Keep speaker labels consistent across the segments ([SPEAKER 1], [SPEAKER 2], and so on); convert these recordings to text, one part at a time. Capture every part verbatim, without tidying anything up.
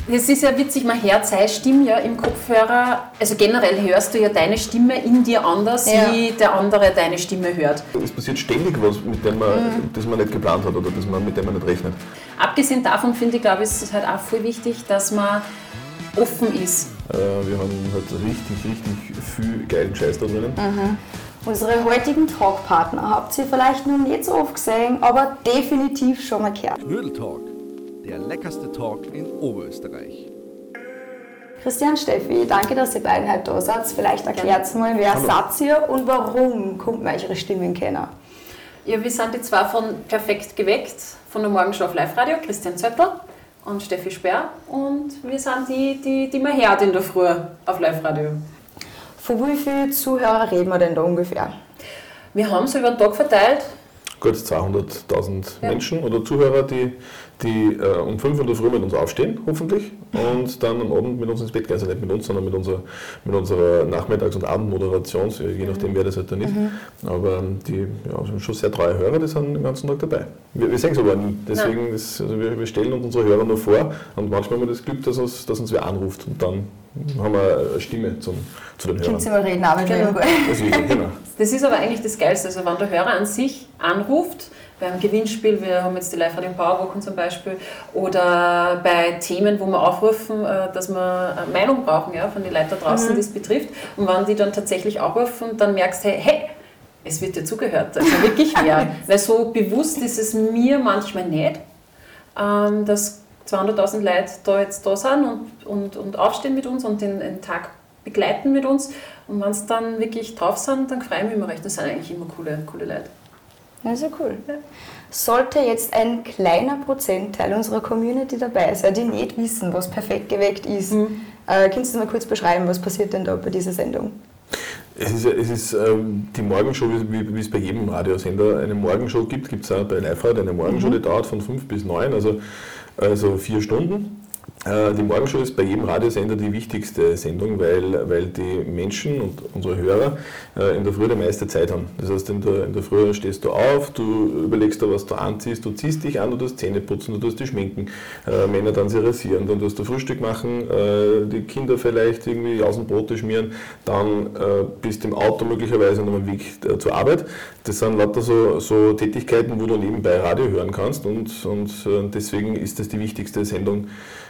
[SPEAKER 1] Das ist ja witzig, man hört seine Stimme ja im Kopfhörer, also generell hörst du ja deine Stimme in dir anders, ja. wie der andere deine Stimme hört.
[SPEAKER 2] Es passiert ständig was, mit dem man, mhm. das man nicht geplant hat oder das man, mit dem man nicht rechnet.
[SPEAKER 1] Abgesehen davon finde ich, glaube ich, ist es halt auch voll wichtig, dass man offen ist.
[SPEAKER 2] Äh, wir haben halt richtig, richtig viel geilen Scheiß da drinnen.
[SPEAKER 3] Mhm. Unsere heutigen Talkpartner habt ihr vielleicht noch nicht so oft gesehen, aber definitiv schon mal gehört.
[SPEAKER 4] Knödeltalk, der leckerste Talk in Oberösterreich.
[SPEAKER 3] Christian, Steffi, danke, dass ihr beiden heute da seid. Vielleicht erklärt mal, wer seid ihr und warum kommt man eure Stimmen kennen?
[SPEAKER 1] Ja, wir sind die zwei von Perfekt geweckt, von der Morgenschau auf Live-Radio, Christian Zöttl und Steffi Sperr. Und wir sind die, die, die man hört in der Früh auf Live-Radio.
[SPEAKER 3] Von wie vielen Zuhörern reden wir denn da ungefähr?
[SPEAKER 1] Wir haben so über den Tag verteilt.
[SPEAKER 2] Gut zweihunderttausend
[SPEAKER 1] ja.
[SPEAKER 2] Menschen oder Zuhörer, die, die äh, um fünf in der Früh mit uns aufstehen, hoffentlich, und dann am Abend mit uns ins Bett gehen. Also nicht mit uns, sondern mit unserer, mit unserer Nachmittags- und Abendmoderation, je nachdem, wer das halt dann ist. Mhm. Aber die ja, sind schon sehr treue Hörer, die sind den ganzen Tag dabei. Wir, wir sehen es aber nie. Deswegen, ist, also wir, wir stellen uns unsere Hörer nur vor und manchmal haben wir das Glück, dass uns, dass uns wer anruft und dann haben wir eine Stimme zum, zu den Hörern.
[SPEAKER 3] Können Sie mal reden, aber
[SPEAKER 1] genau.
[SPEAKER 2] Das ist, genau.
[SPEAKER 1] Das ist aber eigentlich das Geilste. Also wenn der Hörer an sich anruft, bei einem Gewinnspiel, wir haben jetzt die Live-Radio Powerwochen zum Beispiel, oder bei Themen, wo wir aufrufen, dass wir eine Meinung brauchen, ja, von den Leuten da draußen, mhm. die es betrifft. Und wenn die dann tatsächlich aufrufen, dann merkst du, hey, hey, es wird dir zugehört. Also wirklich wer. Weil so bewusst ist es mir manchmal nicht, dass zweihunderttausend Leute da jetzt da sind und, und, und aufstehen mit uns und den, den Tag begleiten mit uns. Und wenn sie dann wirklich drauf sind, dann freue ich mich immer recht. Das sind eigentlich immer coole, coole Leute.
[SPEAKER 3] Das ist ja cool. Ja. Sollte jetzt ein kleiner Prozentteil unserer Community dabei sein, die nicht wissen, was perfekt geweckt ist, mhm. äh, kannst du mal kurz beschreiben, was passiert denn da bei dieser Sendung?
[SPEAKER 2] Es ist, es ist ähm, die Morgenshow, wie, wie es bei jedem Radiosender eine Morgenshow gibt, gibt es auch bei Live-Radio eine Morgenshow, mhm. die dauert von fünf bis neun, also, also vier Stunden. Die Morgenshow ist bei jedem Radiosender die wichtigste Sendung, weil, weil die Menschen und unsere Hörer in der Früh die meiste Zeit haben. Das heißt, in der, in der Früh stehst du auf, du überlegst dir, was du anziehst, du ziehst dich an, du tust Zähne putzen, du tust dich schminken, äh, Männer dann sie rasieren, dann tust du Frühstück machen, äh, die Kinder vielleicht irgendwie Jausenbrote schmieren, dann äh, bist du im Auto möglicherweise noch am Weg äh, zur Arbeit. Das sind lauter so, so Tätigkeiten, wo du nebenbei Radio hören kannst und, und äh, deswegen ist das die wichtigste Sendung,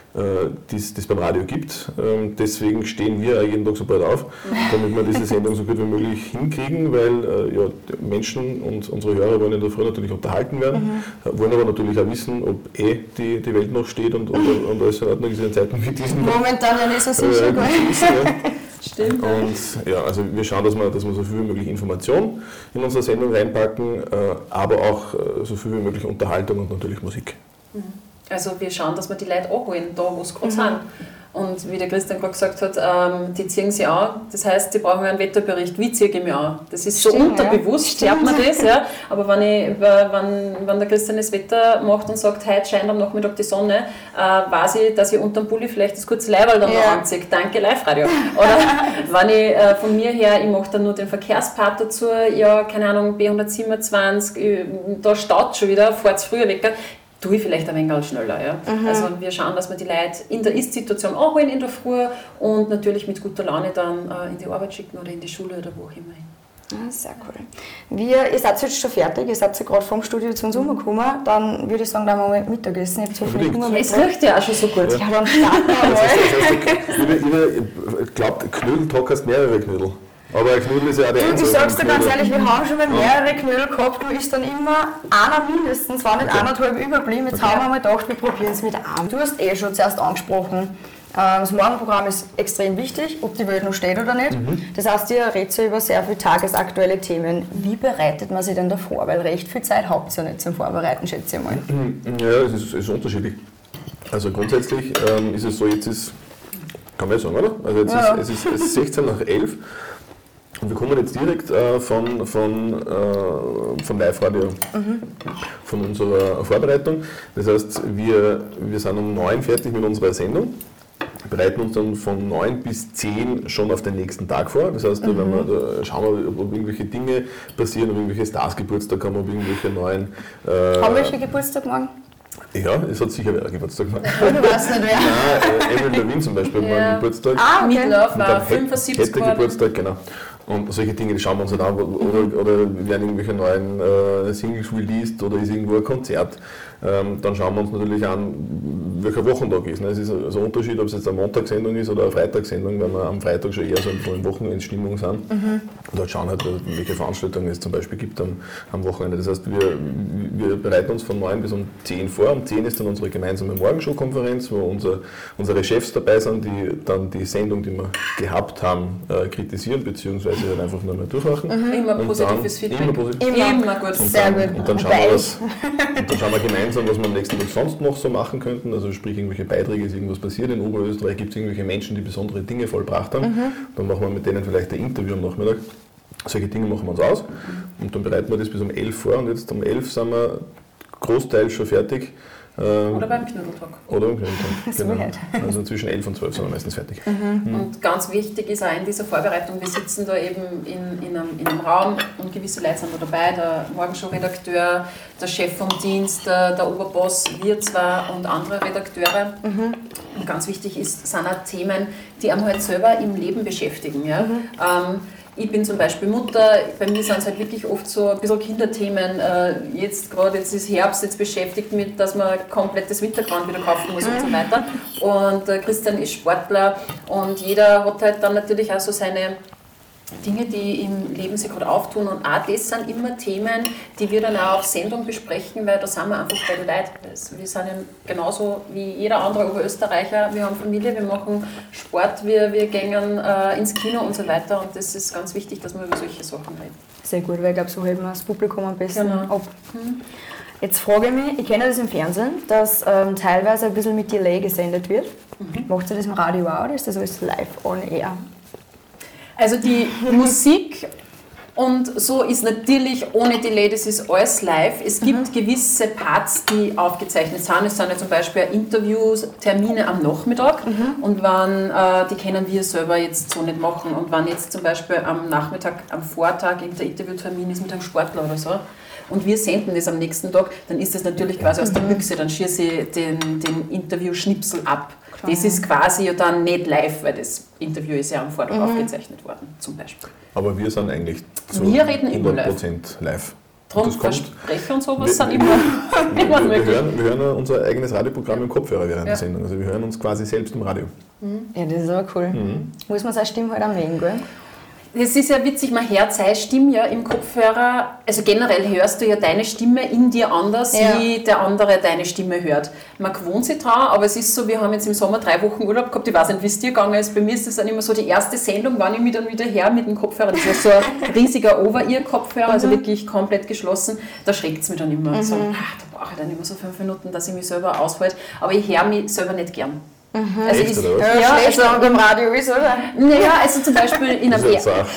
[SPEAKER 2] die es beim Radio gibt. Deswegen stehen wir jeden Tag so bald auf, damit wir diese Sendung so gut wie möglich hinkriegen, weil ja, die Menschen und unsere Hörer wollen in der Früh natürlich unterhalten werden, mhm. wollen aber natürlich auch wissen, ob eh die, die Welt noch steht und, und, und alles in Ordnung ist in Zeiten wie diesen.
[SPEAKER 3] Momentan ja nicht so sicher.
[SPEAKER 2] Äh, ist, ja. Stimmt. Und ja, also wir schauen, dass wir, dass wir so viel wie möglich Information in unsere Sendung reinpacken, aber auch so viel wie möglich Unterhaltung und natürlich Musik.
[SPEAKER 1] Mhm. Also wir schauen, dass wir die Leute anholen, da wo sie gerade mhm. sind. Und wie der Christian gerade gesagt hat, ähm, die ziehen sie an. Das heißt, die brauchen einen Wetterbericht. Wie ziehe ich mich an? Das ist so Stimmt, unterbewusst, ja. Hört man das. Ja. Aber wenn, ich, wenn, wenn der Christian das Wetter macht und sagt, heute scheint am Nachmittag die Sonne, äh, weiß ich, dass ich unter dem Pulli vielleicht das kurze Leiberl dann ja. noch anziehe. Danke, Live-Radio. Oder wenn ich äh, von mir her, ich mache dann nur den Verkehrspart dazu, ja, keine Ahnung, B hundertsiebenundzwanzig, ich, da staut schon wieder, fahrt es früher weg. Tue ich vielleicht ein wenig schneller. Ja? Mhm. Also wir schauen, dass wir die Leute in der Ist-Situation anholen in der Früh und natürlich mit guter Laune dann äh, in die Arbeit schicken oder in die Schule oder wo auch immer hin.
[SPEAKER 3] Ah, sehr cool. Wir, ihr seid jetzt schon fertig, ihr seid ja gerade vom Studio zum Sommer gekommen, dann würde ich sagen, dann machen wir Mittagessen. Ich habe so viel Hunger.
[SPEAKER 1] Es riecht ja auch schon so gut.
[SPEAKER 3] Ja, ja dann starten wir mal.
[SPEAKER 2] Das heißt, ich glaube, Knödeltalk hast mehrere Knödel. Aber ein Knödel ist ja auch der
[SPEAKER 3] einzige. Ich sag's dir ganz ehrlich, wir haben schon mal mehrere Knödel gehabt, du ist dann immer einer mindestens, war nicht okay. anderthalb überblieben. Jetzt okay. haben wir mal gedacht, wir probieren es mit einem. Du hast eh schon zuerst angesprochen, das Morgenprogramm ist extrem wichtig, ob die Welt noch steht oder nicht. Mhm. Das heißt, ihr redet über sehr viele tagesaktuelle Themen. Wie bereitet man sich denn da vor? Weil recht viel Zeit habt ihr ja nicht zum Vorbereiten, schätze ich mal.
[SPEAKER 2] Ja, es ist, es ist unterschiedlich. Also grundsätzlich ähm, ist es so, jetzt ist, kann man ja sagen, oder? Also jetzt ja. ist, es, ist, es ist sechzehn nach elf. Und wir kommen jetzt direkt äh, von, von, äh, von Live-Radio, mhm. von unserer Vorbereitung. Das heißt, wir, wir sind um neun fertig mit unserer Sendung, bereiten uns dann von neun bis zehn schon auf den nächsten Tag vor. Das heißt, mhm. wenn wir, da schauen wir, ob irgendwelche Dinge passieren, ob irgendwelche Stars Geburtstag haben, ob irgendwelche neuen...
[SPEAKER 3] Äh, haben wir welche Geburtstag morgen?
[SPEAKER 2] Ja, es hat sicher wer Geburtstag gemacht.
[SPEAKER 3] Du weißt nicht wer.
[SPEAKER 2] Nein, Avril Lavigne zum Beispiel hat
[SPEAKER 1] Ja.
[SPEAKER 2] mal Geburtstag.
[SPEAKER 3] Ah, okay.
[SPEAKER 1] Meatloaf war
[SPEAKER 2] Hätte
[SPEAKER 1] fünfundsiebzig geworden.
[SPEAKER 2] Geburtstag, genau. Und solche Dinge, die schauen wir uns halt an. Oder, oder werden irgendwelche neuen äh, Singles released oder ist irgendwo ein Konzert. Ähm, dann schauen wir uns natürlich an, welcher Wochentag ist. Ne? Es ist also ein Unterschied, ob es jetzt eine Montagssendung ist oder eine Freitagssendung, weil wir am Freitag schon eher so in Wochenendstimmung sind. Mhm. Und dort schauen halt, welche Veranstaltungen es zum Beispiel gibt am, am Wochenende. Das heißt, wir, wir bereiten uns von neun bis um zehn vor. Um zehn ist dann unsere gemeinsame Morgenshow-Konferenz, wo unser, unsere Chefs dabei sind, die dann die Sendung, die wir gehabt haben, äh, kritisieren, beziehungsweise halt einfach nur mal durchmachen.
[SPEAKER 1] Mhm. Immer
[SPEAKER 2] Und
[SPEAKER 1] positives
[SPEAKER 2] dann,
[SPEAKER 1] Feedback.
[SPEAKER 2] Immer positiv.
[SPEAKER 3] Immer.
[SPEAKER 1] Immer gut.
[SPEAKER 2] Und
[SPEAKER 3] Sehr
[SPEAKER 2] dann,
[SPEAKER 3] gut.
[SPEAKER 2] Und dann, schauen wir, was, und dann schauen wir gemeinsam, was wir am nächsten Tag sonst noch so machen könnten. Also sprich irgendwelche Beiträge, ist irgendwas passiert in Oberösterreich, gibt es irgendwelche Menschen, die besondere Dinge vollbracht haben. Mhm. Dann machen wir mit denen vielleicht ein Interview am Nachmittag. Solche Dinge machen wir uns aus. Und dann bereiten wir das bis um elf vor. Und jetzt um elf sind wir großteils schon fertig.
[SPEAKER 1] Oder beim Knödeltag.
[SPEAKER 2] Oder beim Knödeltag, genau.
[SPEAKER 3] Halt.
[SPEAKER 2] Also zwischen elf und zwölf sind wir meistens fertig.
[SPEAKER 1] Mhm. Mhm. Und ganz wichtig ist auch in dieser Vorbereitung, wir sitzen da eben in, in, einem, in einem Raum und gewisse Leute sind da dabei, der Morgenshow-Redakteur, der Chef vom Dienst, der, der Oberboss, wir zwei und andere Redakteure. Mhm. Und ganz wichtig ist, sind auch Themen, die einem halt selber im Leben beschäftigen. Ja? Mhm. Ähm, Ich bin zum Beispiel Mutter, bei mir sind es halt wirklich oft so ein bisschen Kinderthemen. Jetzt gerade, jetzt ist Herbst, jetzt beschäftigt mit, dass man komplettes Wintergewand wieder kaufen muss und so weiter. Und Christian ist Sportler und jeder hat halt dann natürlich auch so seine Dinge, die im Leben sich gerade auftun. Und auch das sind immer Themen, die wir dann auch auf Sendung besprechen, weil da sind wir einfach bei den Leuten. Wir sind ja genauso wie jeder andere Oberösterreicher. Wir haben Familie, wir machen Sport, wir, wir gehen äh, ins Kino und so weiter. Und das ist ganz wichtig, dass wir über solche Sachen reden.
[SPEAKER 3] Sehr gut, weil ich glaube, so hält man das Publikum am besten
[SPEAKER 1] Genau.
[SPEAKER 3] ab. Jetzt frage ich mich, ich kenne das im Fernsehen, dass ähm, teilweise ein bisschen mit Delay gesendet wird. Mhm. Macht ihr das im Radio auch oder ist das alles live on air?
[SPEAKER 1] Also die Musik und so ist natürlich ohne Delay, das ist alles live. Es gibt mhm. gewisse Parts, die aufgezeichnet sind. Es sind ja zum Beispiel Interviews, Termine am Nachmittag mhm. und wenn, äh, die können wir selber jetzt so nicht machen. Und wenn jetzt zum Beispiel am Nachmittag, am Vortag irgendein Interviewtermin ist mit einem Sportler oder so und wir senden das am nächsten Tag, dann ist das natürlich quasi aus der Büchse, dann schieße ich den, den Interview-Schnipsel ab. Das ist quasi ja dann nicht live, weil das Interview ist ja am Vortag mhm. aufgezeichnet worden, zum Beispiel.
[SPEAKER 2] Aber wir sind eigentlich zu
[SPEAKER 1] wir reden
[SPEAKER 2] hundert Prozent live.
[SPEAKER 1] Darum Versprecher und sowas wir, sind immer, immer
[SPEAKER 2] wir,
[SPEAKER 1] möglich.
[SPEAKER 2] Wir hören, wir hören unser eigenes Radioprogramm im Kopfhörer während ja. der Sendung. Also wir hören uns quasi selbst im Radio.
[SPEAKER 3] Mhm. Ja, das ist aber cool. Mhm. Muss man seine Stimme halt am mögen, gell?
[SPEAKER 1] Das ist ja witzig, man hört seine Stimme ja im Kopfhörer, also generell hörst du ja deine Stimme in dir anders, ja. wie der andere deine Stimme hört. Man gewohnt sich dran, aber es ist so, wir haben jetzt im Sommer drei Wochen Urlaub gehabt, ich weiß nicht, wie es dir gegangen ist, bei mir ist das dann immer so die erste Sendung, wann ich mich dann wieder her mit dem Kopfhörer, das ist so ein riesiger Over-Ear-Kopfhörer, also wirklich komplett geschlossen, da schreckt es mich dann immer, mhm. so, ach, da brauche ich dann immer so fünf Minuten, dass ich mich selber aushalte, aber ich höre mich selber nicht gern.
[SPEAKER 3] Mhm.
[SPEAKER 1] Also
[SPEAKER 2] Echt,
[SPEAKER 1] ist,
[SPEAKER 2] oder was?
[SPEAKER 3] Ja,
[SPEAKER 1] ja,
[SPEAKER 3] schlecht,
[SPEAKER 1] also,
[SPEAKER 3] wenn man beim Radio ist, oder?
[SPEAKER 1] Naja, also zum Beispiel in einem...
[SPEAKER 2] Das ist jetzt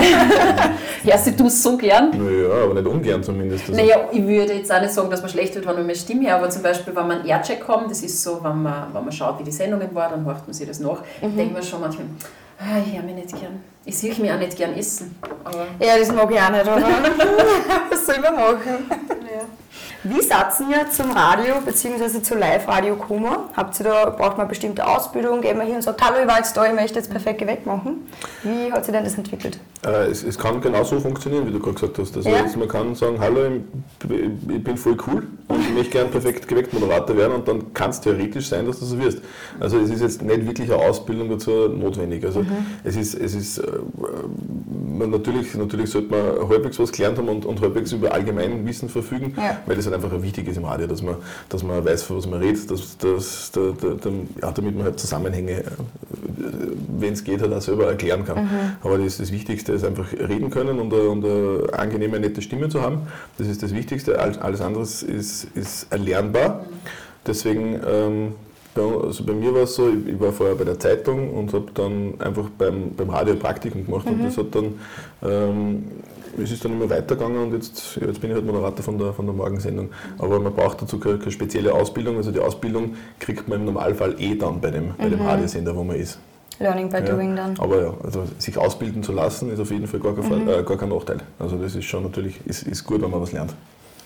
[SPEAKER 1] Hörst du es so gern?
[SPEAKER 2] Naja, aber nicht ungern zumindest. Also
[SPEAKER 1] Naja, ich würde jetzt auch nicht sagen, dass man schlecht wird, wenn man mehr Stimme hört, aber zum Beispiel, wenn man einen Aircheck haben, das ist so, wenn man, wenn man schaut, wie die Sendungen war, dann hört man sich das nach, mhm. denkt man schon manchmal, ah, ich höre mich nicht gern. Ich sehe mich auch nicht gern essen. Aber
[SPEAKER 3] ja, das mag ich auch nicht, oder? Was soll man machen? Ja. Wie seid ihr zum Radio bzw. zu Live-Radio gekommen? Habt ihr da, braucht man eine bestimmte Ausbildung? Geht man hin und sagt, hallo, ich war jetzt da, ich möchte jetzt perfekt geweckt machen. Wie hat sich denn das entwickelt?
[SPEAKER 2] Äh, es, es kann genauso funktionieren, wie du gerade gesagt hast. Also
[SPEAKER 3] ja.
[SPEAKER 2] jetzt, man kann sagen, hallo, ich, ich bin voll cool und ich möchte gerne perfekt geweckt Moderator werden und dann kann es theoretisch sein, dass du so wirst. Also es ist jetzt nicht wirklich eine Ausbildung dazu notwendig. Also mhm. es ist, es ist äh, man natürlich, natürlich sollte man halbwegs was gelernt haben und, und halbwegs über allgemein Wissen verfügen, ja. weil das halt einfach wichtig ist im Radio, dass man, dass man weiß, von was man redet, dass, dass, da, da, da, ja, damit man halt Zusammenhänge, wenn es geht, halt auch selber erklären kann. Mhm. Aber das, das Wichtigste ist einfach reden können und eine, und eine angenehme, nette Stimme zu haben. Das ist das Wichtigste. Alles andere ist, ist erlernbar. Deswegen, ähm, also bei mir war es so, ich war vorher bei der Zeitung und habe dann einfach beim, beim Radio Praktikum gemacht mhm. und das hat dann, ähm, es ist dann immer weitergegangen und jetzt, jetzt bin ich halt Moderator von der, von der Morgensendung. Aber man braucht dazu keine, keine spezielle Ausbildung, also die Ausbildung kriegt man im Normalfall eh dann bei dem, bei dem mhm. Radiosender, wo man ist.
[SPEAKER 3] Learning by
[SPEAKER 2] ja,
[SPEAKER 3] doing dann.
[SPEAKER 2] Aber ja, also sich ausbilden zu lassen, ist auf jeden Fall gar kein, mhm. äh, gar kein Nachteil. Also das ist schon natürlich, ist, ist gut, wenn man was lernt.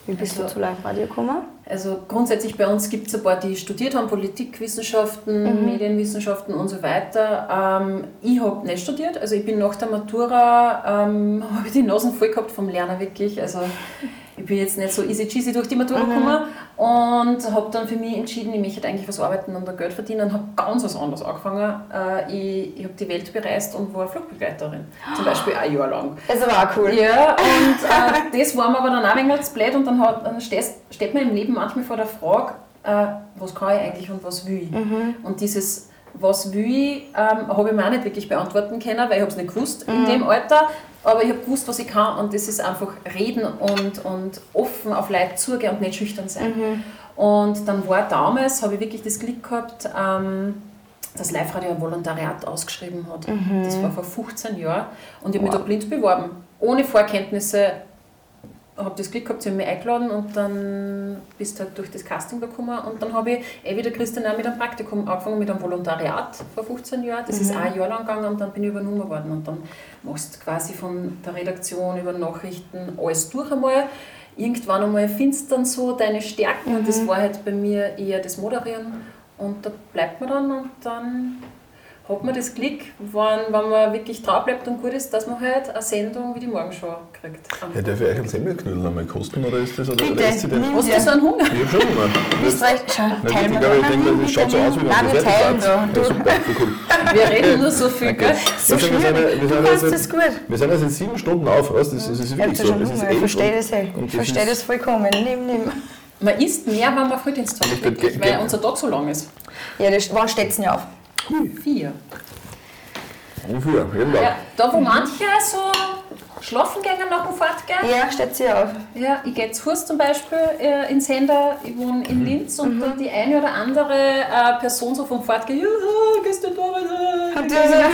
[SPEAKER 3] Wie bist
[SPEAKER 1] Also-
[SPEAKER 3] du zu Live-Radio gekommen?
[SPEAKER 1] Also grundsätzlich bei uns gibt es ein paar, die studiert haben, Politikwissenschaften,
[SPEAKER 3] Mhm.
[SPEAKER 1] Medienwissenschaften und so weiter. Ähm, ich habe nicht studiert, also ich bin nach der Matura, ähm, habe ich die Nasen voll gehabt vom Lernen wirklich. Also ich bin jetzt nicht so easy cheesy durch die Matura
[SPEAKER 3] Mhm.
[SPEAKER 1] gekommen und habe dann für mich entschieden, ich möchte eigentlich was arbeiten und da Geld verdienen und habe ganz was anderes angefangen. Äh, ich ich habe die Welt bereist und war Flugbegleiterin, zum Beispiel ein Jahr lang.
[SPEAKER 3] Das war auch cool.
[SPEAKER 1] Ja, und äh, das war mir aber dann auch ein wenig zu blöd und dann, hat, dann stehst, steht man im Leben manchmal vor der Frage, äh, was kann ich eigentlich und was will ich?
[SPEAKER 3] Mhm.
[SPEAKER 1] Und dieses was will ich, ähm, habe ich mir auch nicht wirklich beantworten können, weil ich habe es nicht gewusst in dem Alter, aber ich habe gewusst, was ich kann und das ist einfach reden und, und offen auf Leute zugehen und nicht schüchtern sein. Und dann war damals, habe ich wirklich das Glück gehabt, ähm, dass Live-Radio ein Volontariat ausgeschrieben hat. Das war vor fünfzehn Jahren und ich habe mich da blind beworben, ohne Vorkenntnisse. Habe das Glück gehabt, sie haben mich eingeladen und dann bist du halt durch das Casting da gekommen und dann habe ich, eh wie der Christian, auch mit einem Praktikum angefangen, mit einem Volontariat vor fünfzehn Jahren. Das ist ein Jahr lang gegangen und dann bin ich übernommen worden und dann machst du quasi von der Redaktion über Nachrichten alles durch einmal. Irgendwann einmal findest du dann so deine Stärken und das war halt bei mir eher das Moderieren und da bleibt man dann und dann hat man das Glück, wenn, wenn man wirklich drauf bleibt und gut ist, dass man halt eine Sendung wie die Morgenschau kriegt.
[SPEAKER 2] Ja, darf ich euch einen Semmelknödel einmal kosten oder ist das? Oder
[SPEAKER 3] Bitte,
[SPEAKER 2] oder ist sie denn?
[SPEAKER 3] nimm
[SPEAKER 1] Hast
[SPEAKER 3] sie.
[SPEAKER 1] du so einen Hunger?
[SPEAKER 2] Ich hab schon Hunger.
[SPEAKER 3] Bist recht, schau,
[SPEAKER 2] Nein,
[SPEAKER 3] teilen
[SPEAKER 2] ich
[SPEAKER 3] wir
[SPEAKER 2] glaube, ich
[SPEAKER 3] da.
[SPEAKER 2] denke, das schaut so aus wie
[SPEAKER 3] Nein,
[SPEAKER 2] ein
[SPEAKER 3] wir teilen da.
[SPEAKER 2] Ja,
[SPEAKER 3] Du,
[SPEAKER 2] super, voll cool.
[SPEAKER 1] Wir reden nur so viel, gell?
[SPEAKER 3] so
[SPEAKER 2] Ja, wir sind
[SPEAKER 3] schwierig.
[SPEAKER 2] ja- wir
[SPEAKER 3] Du
[SPEAKER 2] sind ja
[SPEAKER 3] kannst
[SPEAKER 2] seit-
[SPEAKER 3] das gut.
[SPEAKER 2] Wir sind ja seit sieben Stunden auf, weißt? Das, das ist
[SPEAKER 3] Ich hab
[SPEAKER 2] wirklich
[SPEAKER 3] da
[SPEAKER 2] so.
[SPEAKER 3] schon
[SPEAKER 2] Es ist
[SPEAKER 3] Hunger, ich
[SPEAKER 2] elf
[SPEAKER 3] verstehe
[SPEAKER 2] und-
[SPEAKER 3] das eh.
[SPEAKER 2] und
[SPEAKER 3] Ich
[SPEAKER 2] das
[SPEAKER 3] verstehe
[SPEAKER 2] ist-
[SPEAKER 3] das vollkommen. Nimm, nimm.
[SPEAKER 1] Man isst mehr, wenn man Frühdienst hat,
[SPEAKER 2] Ich bin-
[SPEAKER 1] wirklich,
[SPEAKER 2] ge-
[SPEAKER 1] weil
[SPEAKER 2] ge-
[SPEAKER 1] unser Tag so lang ist.
[SPEAKER 3] Ja, das, wann steht es denn auf?
[SPEAKER 1] Vier.
[SPEAKER 2] Wofür? Jeden Tag.
[SPEAKER 1] Ja, da wo manche so schlafen gehen nach dem Fortgehen.
[SPEAKER 3] Ja, steht sie auf.
[SPEAKER 1] Ja, ich gehe zu Fuß zum Beispiel äh, in Sender, ich wohne in Linz und dann die eine oder andere äh, Person so vom Fortgehen, ja, gehst du da weiter?
[SPEAKER 3] Habt ihr das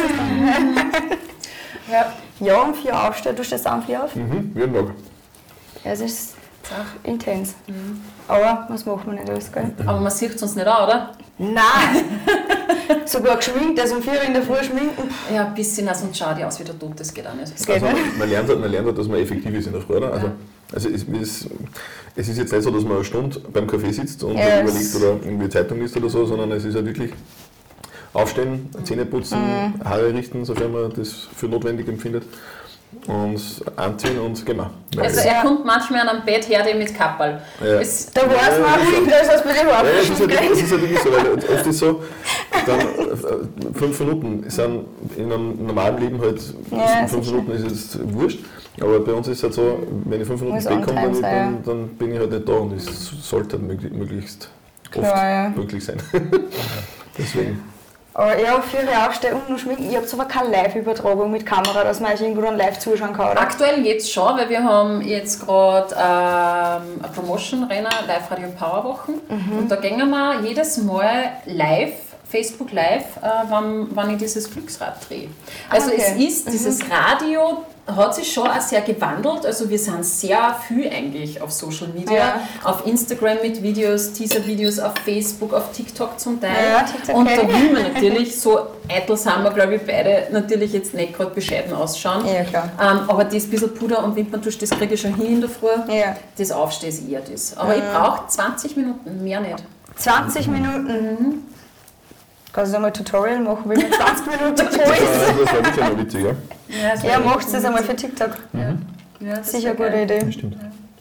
[SPEAKER 1] Ja,
[SPEAKER 3] Ja, um vier aufstehen. Du stehst auch um vier auf?
[SPEAKER 2] Mhm, jeden Tag.
[SPEAKER 3] Ja, es ist auch intens. Aber was macht man nicht alles, gell?
[SPEAKER 1] aber man sieht es uns nicht an, oder?
[SPEAKER 3] Nein! Sogar geschminkt, also um vier Uhr in der Früh schminken.
[SPEAKER 1] Ja, ein bisschen, also und schau dir aus wie der Tod, das geht auch nicht.
[SPEAKER 3] Das geht
[SPEAKER 2] Also
[SPEAKER 3] nicht.
[SPEAKER 2] man lernt, halt- man lernt halt, dass man effektiv ist in der Früh, oder? Also,
[SPEAKER 1] Ja.
[SPEAKER 2] also es, ist, es ist jetzt nicht so, dass man eine Stunde beim Kaffee sitzt und
[SPEAKER 3] Ja,
[SPEAKER 2] überlegt
[SPEAKER 3] es-
[SPEAKER 2] oder irgendwie Zeitung liest oder so, sondern es ist halt wirklich aufstehen, Zähne putzen,
[SPEAKER 3] Mhm.
[SPEAKER 2] Haare richten, sofern man das für notwendig empfindet und anziehen und gehen wir. Weil-
[SPEAKER 1] Also er kommt manchmal an einem Bett her, der mit Kapperl.
[SPEAKER 2] Ja.
[SPEAKER 1] Es-
[SPEAKER 3] Da weiß
[SPEAKER 2] Ja,
[SPEAKER 3] man,
[SPEAKER 2] ja,
[SPEAKER 3] wie das was bei den
[SPEAKER 2] Ja, es ist
[SPEAKER 3] Haaren
[SPEAKER 2] halt, es
[SPEAKER 3] geht.
[SPEAKER 2] ist halt wirklich so, weil oft ist so, dann äh, fünf Minuten sind in einem normalen Leben halt,
[SPEAKER 3] Ja,
[SPEAKER 2] fünf
[SPEAKER 3] sicher.
[SPEAKER 2] Minuten ist es wurscht, aber bei uns ist es halt so, wenn ich fünf Minuten
[SPEAKER 3] Muss
[SPEAKER 2] ins Bett komme,
[SPEAKER 3] on
[SPEAKER 2] dann,
[SPEAKER 3] time sein,
[SPEAKER 2] dann, dann bin ich halt nicht da und es sollte halt möglich, möglichst oft
[SPEAKER 3] Klar, ja.
[SPEAKER 2] möglich sein. Deswegen.
[SPEAKER 3] Aber ja, vier Uhr aufstehen und nur schminken. Ihr habt aber keine Live-Übertragung mit Kamera, dass man euch irgendwo dann live zuschauen kann, oder?
[SPEAKER 1] Aktuell jetzt schon, weil wir haben jetzt gerade ähm, ein Promotion-Renner, Live-Radio Powerwochen. Und da gehen wir jedes Mal live, Facebook Live, äh, wenn, wenn ich dieses Glücksrad drehe. Also
[SPEAKER 3] okay.
[SPEAKER 1] es ist, dieses Radio hat sich schon auch sehr gewandelt. Also wir sind sehr viel eigentlich auf Social Media,
[SPEAKER 3] Ja.
[SPEAKER 1] auf Instagram mit Videos, Teaser-Videos, auf Facebook, auf TikTok zum Teil.
[SPEAKER 3] Ja, TikTok
[SPEAKER 1] und da
[SPEAKER 3] kenn ich.
[SPEAKER 1] will man natürlich, so eitel sind wir glaube ich beide, natürlich jetzt nicht gerade bescheiden ausschauen.
[SPEAKER 3] Ja, klar.
[SPEAKER 1] Ähm, aber das bisschen Puder und Wimperntusch, das kriege ich schon hin in der Früh.
[SPEAKER 3] Ja.
[SPEAKER 1] Das Aufstehen ist eher das. Aber ich brauche zwanzig Minuten, mehr nicht.
[SPEAKER 3] zwanzig Minuten. Kannst du einmal ein Tutorial machen, wie man zwanzig Minuten
[SPEAKER 2] Das
[SPEAKER 3] voll
[SPEAKER 2] war,
[SPEAKER 3] ist?
[SPEAKER 2] das war wirklich noch witzig, ja?
[SPEAKER 1] das
[SPEAKER 3] Ja,
[SPEAKER 1] wär
[SPEAKER 3] macht
[SPEAKER 1] echt
[SPEAKER 3] das einmal für
[SPEAKER 1] witzig.
[SPEAKER 3] TikTok.
[SPEAKER 1] Ja. Ja, das
[SPEAKER 3] Sicher eine
[SPEAKER 1] wär
[SPEAKER 3] gute
[SPEAKER 1] geil.
[SPEAKER 3] Idee.
[SPEAKER 2] Stimmt.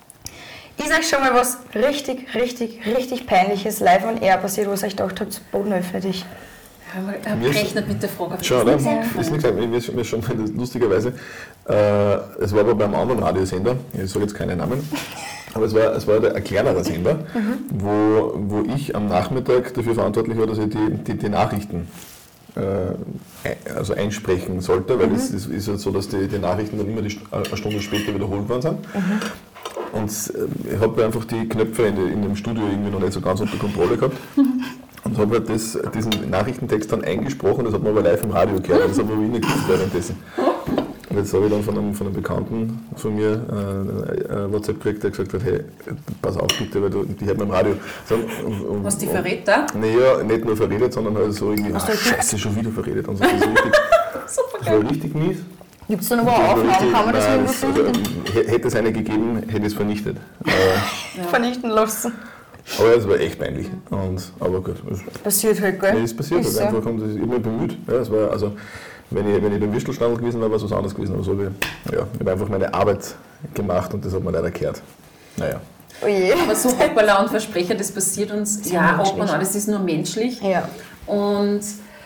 [SPEAKER 3] Ist euch schon mal was richtig, richtig, richtig Peinliches live on air passiert, wo ihr euch gedacht habt, Boden öffne dich?
[SPEAKER 1] Ich habe
[SPEAKER 2] Mir ist-
[SPEAKER 1] gerechnet mit der Frage. aber
[SPEAKER 2] Schon,
[SPEAKER 1] das
[SPEAKER 2] oder?
[SPEAKER 1] ist nicht
[SPEAKER 2] Das ist
[SPEAKER 1] eingefallen.
[SPEAKER 2] nichts, mir ist mir ist schon lustigerweise, äh, es war aber beim anderen Radiosender, ich sage jetzt keinen Namen, aber es war, es war ein kleinerer Sender, wo, wo ich am Nachmittag dafür verantwortlich war, dass ich die, die, die Nachrichten äh, ein- also einsprechen sollte, weil es, es ist halt so, dass die, die Nachrichten dann immer die, St- eine Stunde später wiederholt worden sind. Und äh, ich habe einfach die Knöpfe in, in dem Studio irgendwie noch nicht so ganz unter Kontrolle gehabt. Und habe halt das, diesen Nachrichtentext dann eingesprochen, das hat man aber live im Radio gehört, das hat man aber nicht gewusst währenddessen. Und jetzt habe ich dann von einem, von einem Bekannten von mir äh, äh, WhatsApp gekriegt, der gesagt hat, hey, pass auf bitte, weil du, die hört man im Radio. So, und, und,
[SPEAKER 1] Was die
[SPEAKER 2] und-
[SPEAKER 1] verrät da?
[SPEAKER 2] Naja, nicht nur verredet, sondern halt so irgendwie, ah, scheiße, schon wieder verredet. Und so. Das, ist richtig,
[SPEAKER 1] Super
[SPEAKER 2] das war
[SPEAKER 1] geil.
[SPEAKER 2] richtig mies.
[SPEAKER 3] Gibt es da noch eine Aufnahme? Kann man das irgendwo finden?
[SPEAKER 2] Also, hätte es eine gegeben, hätte ich es vernichtet.
[SPEAKER 3] Ja. Vernichten lassen.
[SPEAKER 2] Aber es war echt peinlich. Und, aber gut.
[SPEAKER 3] Passiert halt, gell?
[SPEAKER 2] Ja, es passiert halt einfach und das ist immer bemüht. Ja, es war, also, wenn ich, wenn ich beim Würstelstandl gewesen wäre, war es was anderes gewesen. Aber so wie, ja, ich habe einfach meine Arbeit gemacht und das hat mir leider gehört. Naja.
[SPEAKER 3] Oh je.
[SPEAKER 1] Aber so Hoppala und Versprecher, das passiert uns ja auch und alles ist nur menschlich.
[SPEAKER 3] Ja.
[SPEAKER 1] Und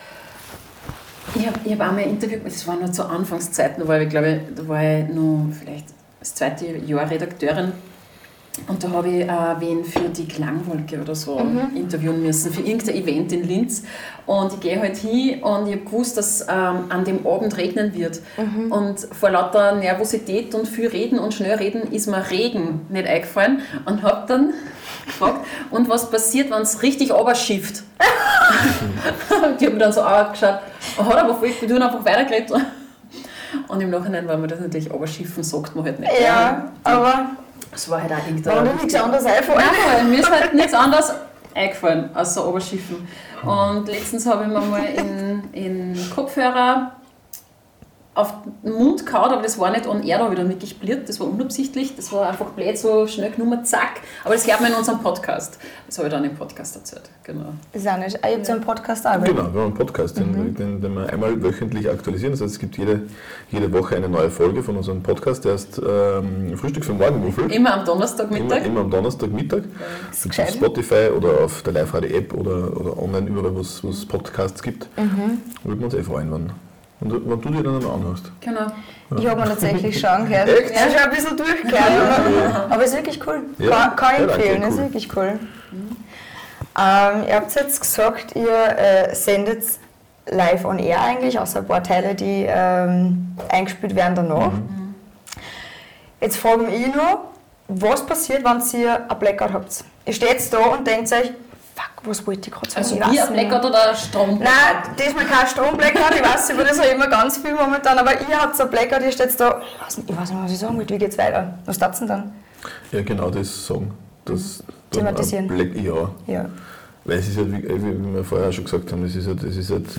[SPEAKER 1] ich habe ich hab einmal ein Interview gemacht, das war noch zu Anfangszeiten, da war ich, glaube ich, da war ich noch vielleicht das zweite Jahr Redakteurin. Und da habe ich äh, wen für die Klangwolke oder so mhm. interviewen müssen, für irgendein Event in Linz. Und ich gehe halt hin und ich habe gewusst, dass ähm, an dem Abend regnen wird. Mhm. Und vor lauter Nervosität und viel Reden und schnell reden ist mir Regen nicht eingefallen. Und habe dann gefragt, und was passiert, wenn es richtig runterschifft? Die haben mir dann so angeschaut, hat aber voll, wir tun einfach weitergeredet. Und im Nachhinein, weil man das natürlich runterschiffen sagt, man halt nicht.
[SPEAKER 3] Ja, aber...
[SPEAKER 1] Das war halt auch irgendein...
[SPEAKER 3] War dir nichts anderes eingefallen?
[SPEAKER 1] Nein, mir ist halt nichts anderes eingefallen, außer Oberschiffen. Und letztens habe ich mir mal in, in Kopfhörer auf den Mund gehauen, aber das war nicht on air, da habe ich dann wirklich bliert, das war unabsichtlich, das war einfach blöd, so schnell genommen, zack. Aber das hört man in unserem Podcast. Das habe ich dann im Podcast erzählt, genau.
[SPEAKER 3] Das ist auch nicht. Ah, ihr habt so einen Podcast auch?
[SPEAKER 2] Genau, wir haben einen Podcast, den, mhm. den, den wir einmal wöchentlich aktualisieren. Das heißt, es gibt jede, jede Woche eine neue Folge von unserem Podcast, der heißt ähm, Frühstück für Morgenmuffel.
[SPEAKER 1] Immer am Donnerstagmittag.
[SPEAKER 2] Immer, immer am Donnerstagmittag. Ja. Auf Spotify oder auf der Live-Radio-App oder, oder online, überall, wo es Podcasts gibt. Mhm. Würden wir uns eh freuen, wenn... Und wenn du dir dann anhörst.
[SPEAKER 1] Genau.
[SPEAKER 3] Ja. Ich habe mir tatsächlich schon gehört. Echt? Ja, schon ein bisschen durchgehört. Ja. Aber es ist wirklich cool. Ja. Kann, kann ich empfehlen, es cool. ist wirklich cool. Mhm. Ähm, ihr habt jetzt gesagt, ihr äh, sendet live on air eigentlich, außer ein paar Teile, die ähm, eingespielt werden danach. Mhm. Jetzt frage ich mich noch, was passiert, wenn ihr ein Blackout habt? Ihr steht da und denkt euch, fuck, was wollte ich gerade sagen?
[SPEAKER 1] Also wie ein Blackout oder ein Stromblackout?
[SPEAKER 3] Nein, diesmal kein Stromblackout, ich weiß über das auch immer ganz viel momentan, aber ihr habt so ein Blackout, ihr steht da, ich weiß, nicht, ich weiß nicht, was ich sagen will, wie geht's weiter? Was tat's denn dann?
[SPEAKER 2] Ja, genau das sagen. Das
[SPEAKER 3] thematisieren.
[SPEAKER 2] Black, ja.
[SPEAKER 3] ja.
[SPEAKER 2] Weil es ist halt, wie, wie wir vorher schon gesagt haben, es ist halt, es ist halt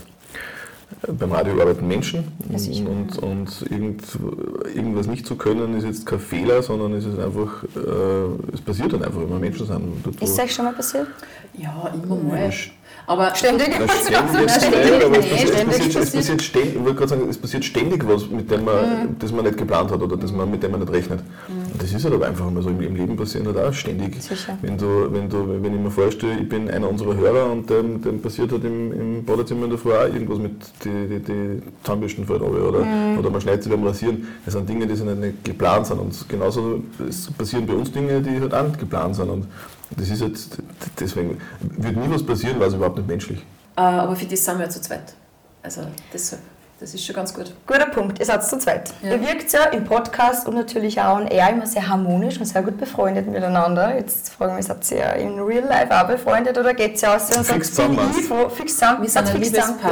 [SPEAKER 2] beim Radio arbeiten Menschen und, und, und irgend, irgendwas nicht zu können ist jetzt kein Fehler, sondern es ist einfach, äh, es passiert dann einfach, wenn wir Menschen sind. Dort,
[SPEAKER 3] ist es euch schon mal passiert?
[SPEAKER 1] Ja, immer mal. Aber
[SPEAKER 3] ständig?
[SPEAKER 2] Na, ständig jetzt ständig, aber es passiert, ständig es passiert, es passiert ständig, ich wollte gerade sagen, es passiert ständig was, mit dem man, mhm. das man nicht geplant hat oder das man, mit dem man nicht rechnet. Mhm. Und das ist halt aber einfach immer so, im Leben passiert halt auch ständig.
[SPEAKER 3] Sicher.
[SPEAKER 2] Wenn, du, wenn, du, wenn ich mir vorstelle, ich bin einer unserer Hörer und dem, dem passiert halt im, im Badezimmer in der Früh auch irgendwas mit die, die, die Zahnbürsten fällt runter oder, mhm. oder man schneidet sich beim Rasieren. Das sind Dinge, die sind nicht geplant sind. Und genauso es passieren bei uns Dinge, die halt auch nicht geplant sind. Und das ist jetzt, deswegen wird nie was passieren, weil es überhaupt nicht menschlich.
[SPEAKER 1] Aber für das sind wir ja zu zweit. Also deshalb, das ist schon ganz gut.
[SPEAKER 3] Guter Punkt, ihr seid zu zweit. Ja. Ihr wirkt ja im Podcast und natürlich auch on air immer sehr harmonisch und sehr gut befreundet miteinander. Jetzt fragen wir mich, seid ihr in Real Life auch befreundet oder geht es ja aus und sagt,
[SPEAKER 2] zusammen.
[SPEAKER 3] Fix zusammen.
[SPEAKER 1] Wir sind ein Liebespaar.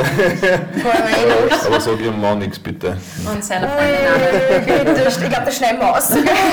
[SPEAKER 2] aber, aber sag ihrem Mann nichts, bitte.
[SPEAKER 1] Und seiner Freundin auch.
[SPEAKER 3] Ich glaube, das schneiden wir aus.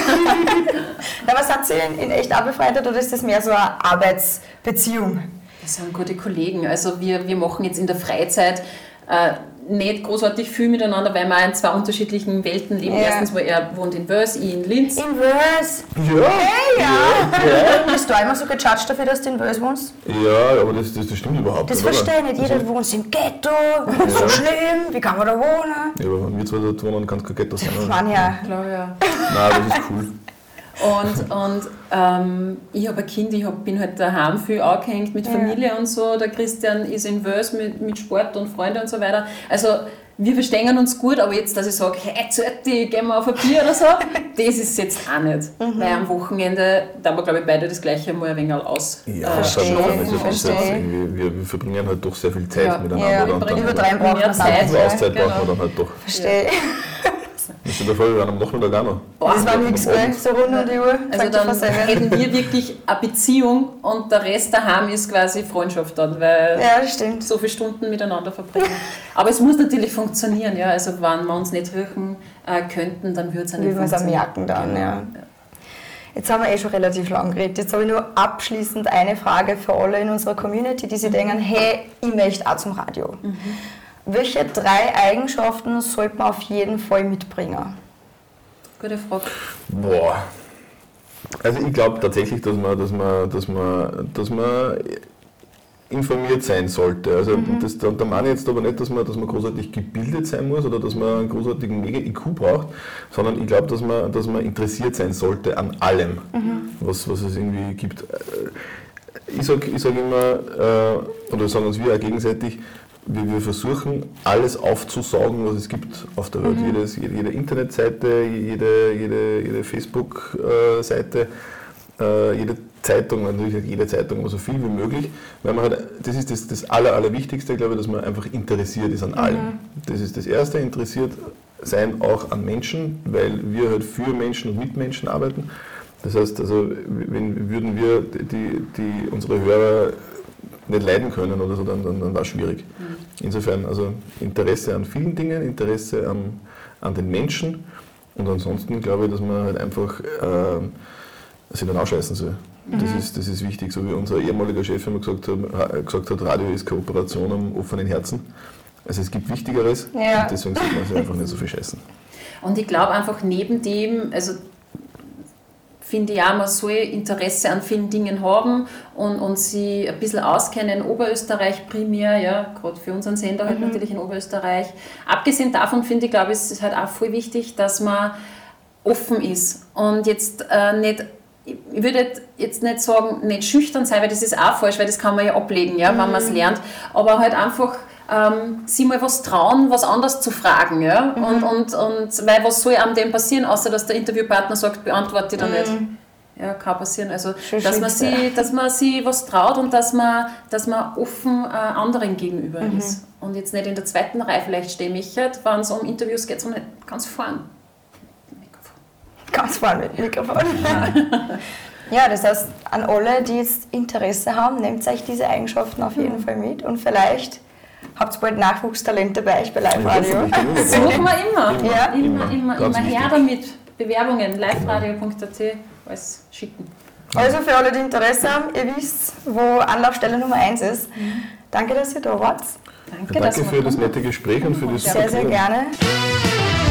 [SPEAKER 3] Aber seid ihr in, in echt auch befreundet oder ist das mehr so eine Arbeitsbeziehung?
[SPEAKER 1] Wir sind gute Kollegen. Also wir, wir machen jetzt in der Freizeit äh, nicht großartig viel miteinander, weil wir in zwei unterschiedlichen Welten leben. Ja. Erstens, weil er wohnt in Wels, ich in Linz.
[SPEAKER 3] In Wels?
[SPEAKER 2] Ja.
[SPEAKER 3] Hey, ja. ja. Bist du einmal so gejudged dafür, dass du in Wels wohnst?
[SPEAKER 2] Ja, aber das, das, das stimmt überhaupt
[SPEAKER 3] das
[SPEAKER 2] nicht.
[SPEAKER 3] Das verstehe ich nicht. Jeder wohnt im Ghetto. Das ist so schlimm. Wie kann man da wohnen?
[SPEAKER 2] Ja, aber wenn wir zwei dort wohnen, kann es kein Ghetto sein.
[SPEAKER 3] Ich meine ja.
[SPEAKER 1] Ich glaube ja.
[SPEAKER 2] Nein, das ist cool.
[SPEAKER 1] Und, und ähm, ich habe ein Kind, ich hab, bin halt daheim viel angehängt mit Familie ja. und so. Der Christian ist in Wels mit, mit Sport und Freunden und so weiter. Also wir verstehen uns gut, aber jetzt, dass ich sage, hey, Zötti, gehen wir auf ein Bier oder so, das ist jetzt auch nicht. Mhm. Weil am Wochenende, da haben wir glaube ich beide das gleiche mal ein wenig aus.
[SPEAKER 2] Ja,
[SPEAKER 1] äh,
[SPEAKER 2] verstehe,
[SPEAKER 1] also
[SPEAKER 2] verstehe. Wir, wir verbringen halt doch sehr viel Zeit
[SPEAKER 1] ja.
[SPEAKER 2] miteinander.
[SPEAKER 3] Ja,
[SPEAKER 2] und dann
[SPEAKER 3] über drei brauchen wir
[SPEAKER 1] Zeit.
[SPEAKER 2] Über Auszeit
[SPEAKER 1] genau.
[SPEAKER 2] brauchen wir dann halt doch.
[SPEAKER 3] Verstehe.
[SPEAKER 2] Das ist der Fall, wir waren am Nachmittag auch noch.
[SPEAKER 3] Boah, das war nichts, gell? So rund um die Uhr.
[SPEAKER 1] Also dann hätten wir wirklich eine Beziehung und der Rest daheim ist quasi Freundschaft dann, weil
[SPEAKER 3] ja, stimmt.
[SPEAKER 1] so viele Stunden miteinander verbringen. Aber es muss natürlich funktionieren, ja. Also wenn wir uns nicht hören äh, könnten, dann würde es auch nicht
[SPEAKER 3] funktionieren. Wir es auch merken dann,
[SPEAKER 1] genau.
[SPEAKER 3] ja. Jetzt haben wir eh schon relativ lang geredet. Jetzt habe ich nur abschließend eine Frage für alle in unserer Community, die sich denken, hey, ich möchte auch zum Radio. Mhm. Welche drei Eigenschaften sollte man auf jeden Fall mitbringen?
[SPEAKER 1] Gute Frage.
[SPEAKER 2] Boah. Also ich glaube tatsächlich, dass man, dass man, dass man, dass man informiert sein sollte. Also mhm. das, da, da meine ich jetzt aber nicht, dass man, dass man großartig gebildet sein muss oder dass man einen großartigen Mega-I Q braucht, sondern ich glaube, dass man, dass man interessiert sein sollte an allem, mhm. was, was es irgendwie gibt. Ich sage ich sag immer, äh, oder sagen uns wir auch gegenseitig, wir, wir versuchen alles aufzusaugen, was es gibt auf der Welt. Mhm. Jedes, jede, jede Internetseite, jede, jede, jede Facebook-Seite, äh, jede Zeitung, natürlich nicht jede Zeitung, aber so viel wie möglich, weil man halt, das ist das, das Aller, Allerwichtigste, glaube ich, dass man einfach interessiert ist an allem. Mhm. Das ist das Erste, interessiert sein auch an Menschen, weil wir halt für Menschen und mit Menschen arbeiten. Das heißt, also, wenn würden wir die, die, unsere Hörer nicht leiden können oder so, dann, dann, dann war es schwierig. Mhm. Insofern, also Interesse an vielen Dingen, Interesse an, an den Menschen und ansonsten glaube ich, dass man halt einfach äh, sich dann ausscheißen soll. Mhm. Das, ist, das ist wichtig, so wie unser ehemaliger Chef immer gesagt hat, gesagt hat, Radio ist Kooperation am offenen Herzen. Also es gibt Wichtigeres
[SPEAKER 3] ja.
[SPEAKER 2] und deswegen sollte man sich einfach nicht so viel scheißen.
[SPEAKER 1] Und ich glaube einfach neben dem, also finde ich auch, man soll Interesse an vielen Dingen haben und, und sich ein bisschen auskennen in Oberösterreich primär, ja, gerade für unseren Sender halt mhm. natürlich in Oberösterreich. Abgesehen davon finde ich, glaube ich, es ist halt auch voll wichtig, dass man offen ist und jetzt äh, nicht, ich würde jetzt nicht sagen, nicht schüchtern sein, weil das ist auch falsch, weil das kann man ja ablegen, ja, mhm. wenn man es lernt, aber halt einfach ähm, sich mal was trauen, was anderes zu fragen, ja, mhm. und, und, und weil was soll einem dem passieren, außer dass der Interviewpartner sagt, beantworte ich da mhm. nicht. Ja, kann passieren. Also, dass man, sie, dass man sich was traut und dass man, dass man offen äh, anderen gegenüber mhm. ist. Und jetzt nicht in der zweiten Reihe vielleicht stehen möchte, wenn es um Interviews geht, sondern ganz vorn.
[SPEAKER 3] Ganz vorn mit Mikrofon. Ja, das heißt, an alle, die jetzt Interesse haben, nehmt euch diese Eigenschaften auf jeden mhm. Fall mit und vielleicht habt ihr bald Nachwuchstalente bei euch bei Live Radio.
[SPEAKER 1] Das suchen wir immer.
[SPEAKER 3] immer. Ja,
[SPEAKER 1] immer, immer, immer. Her damit. Bewerbungen, liveradio punkt at alles schicken.
[SPEAKER 3] Also für alle, die Interesse haben, ihr wisst, wo Anlaufstelle Nummer eins ist. Mhm. Danke, dass ihr da wart.
[SPEAKER 1] Danke,
[SPEAKER 2] Danke für das nette Gespräch und für das
[SPEAKER 3] Sehr, sehr gerne.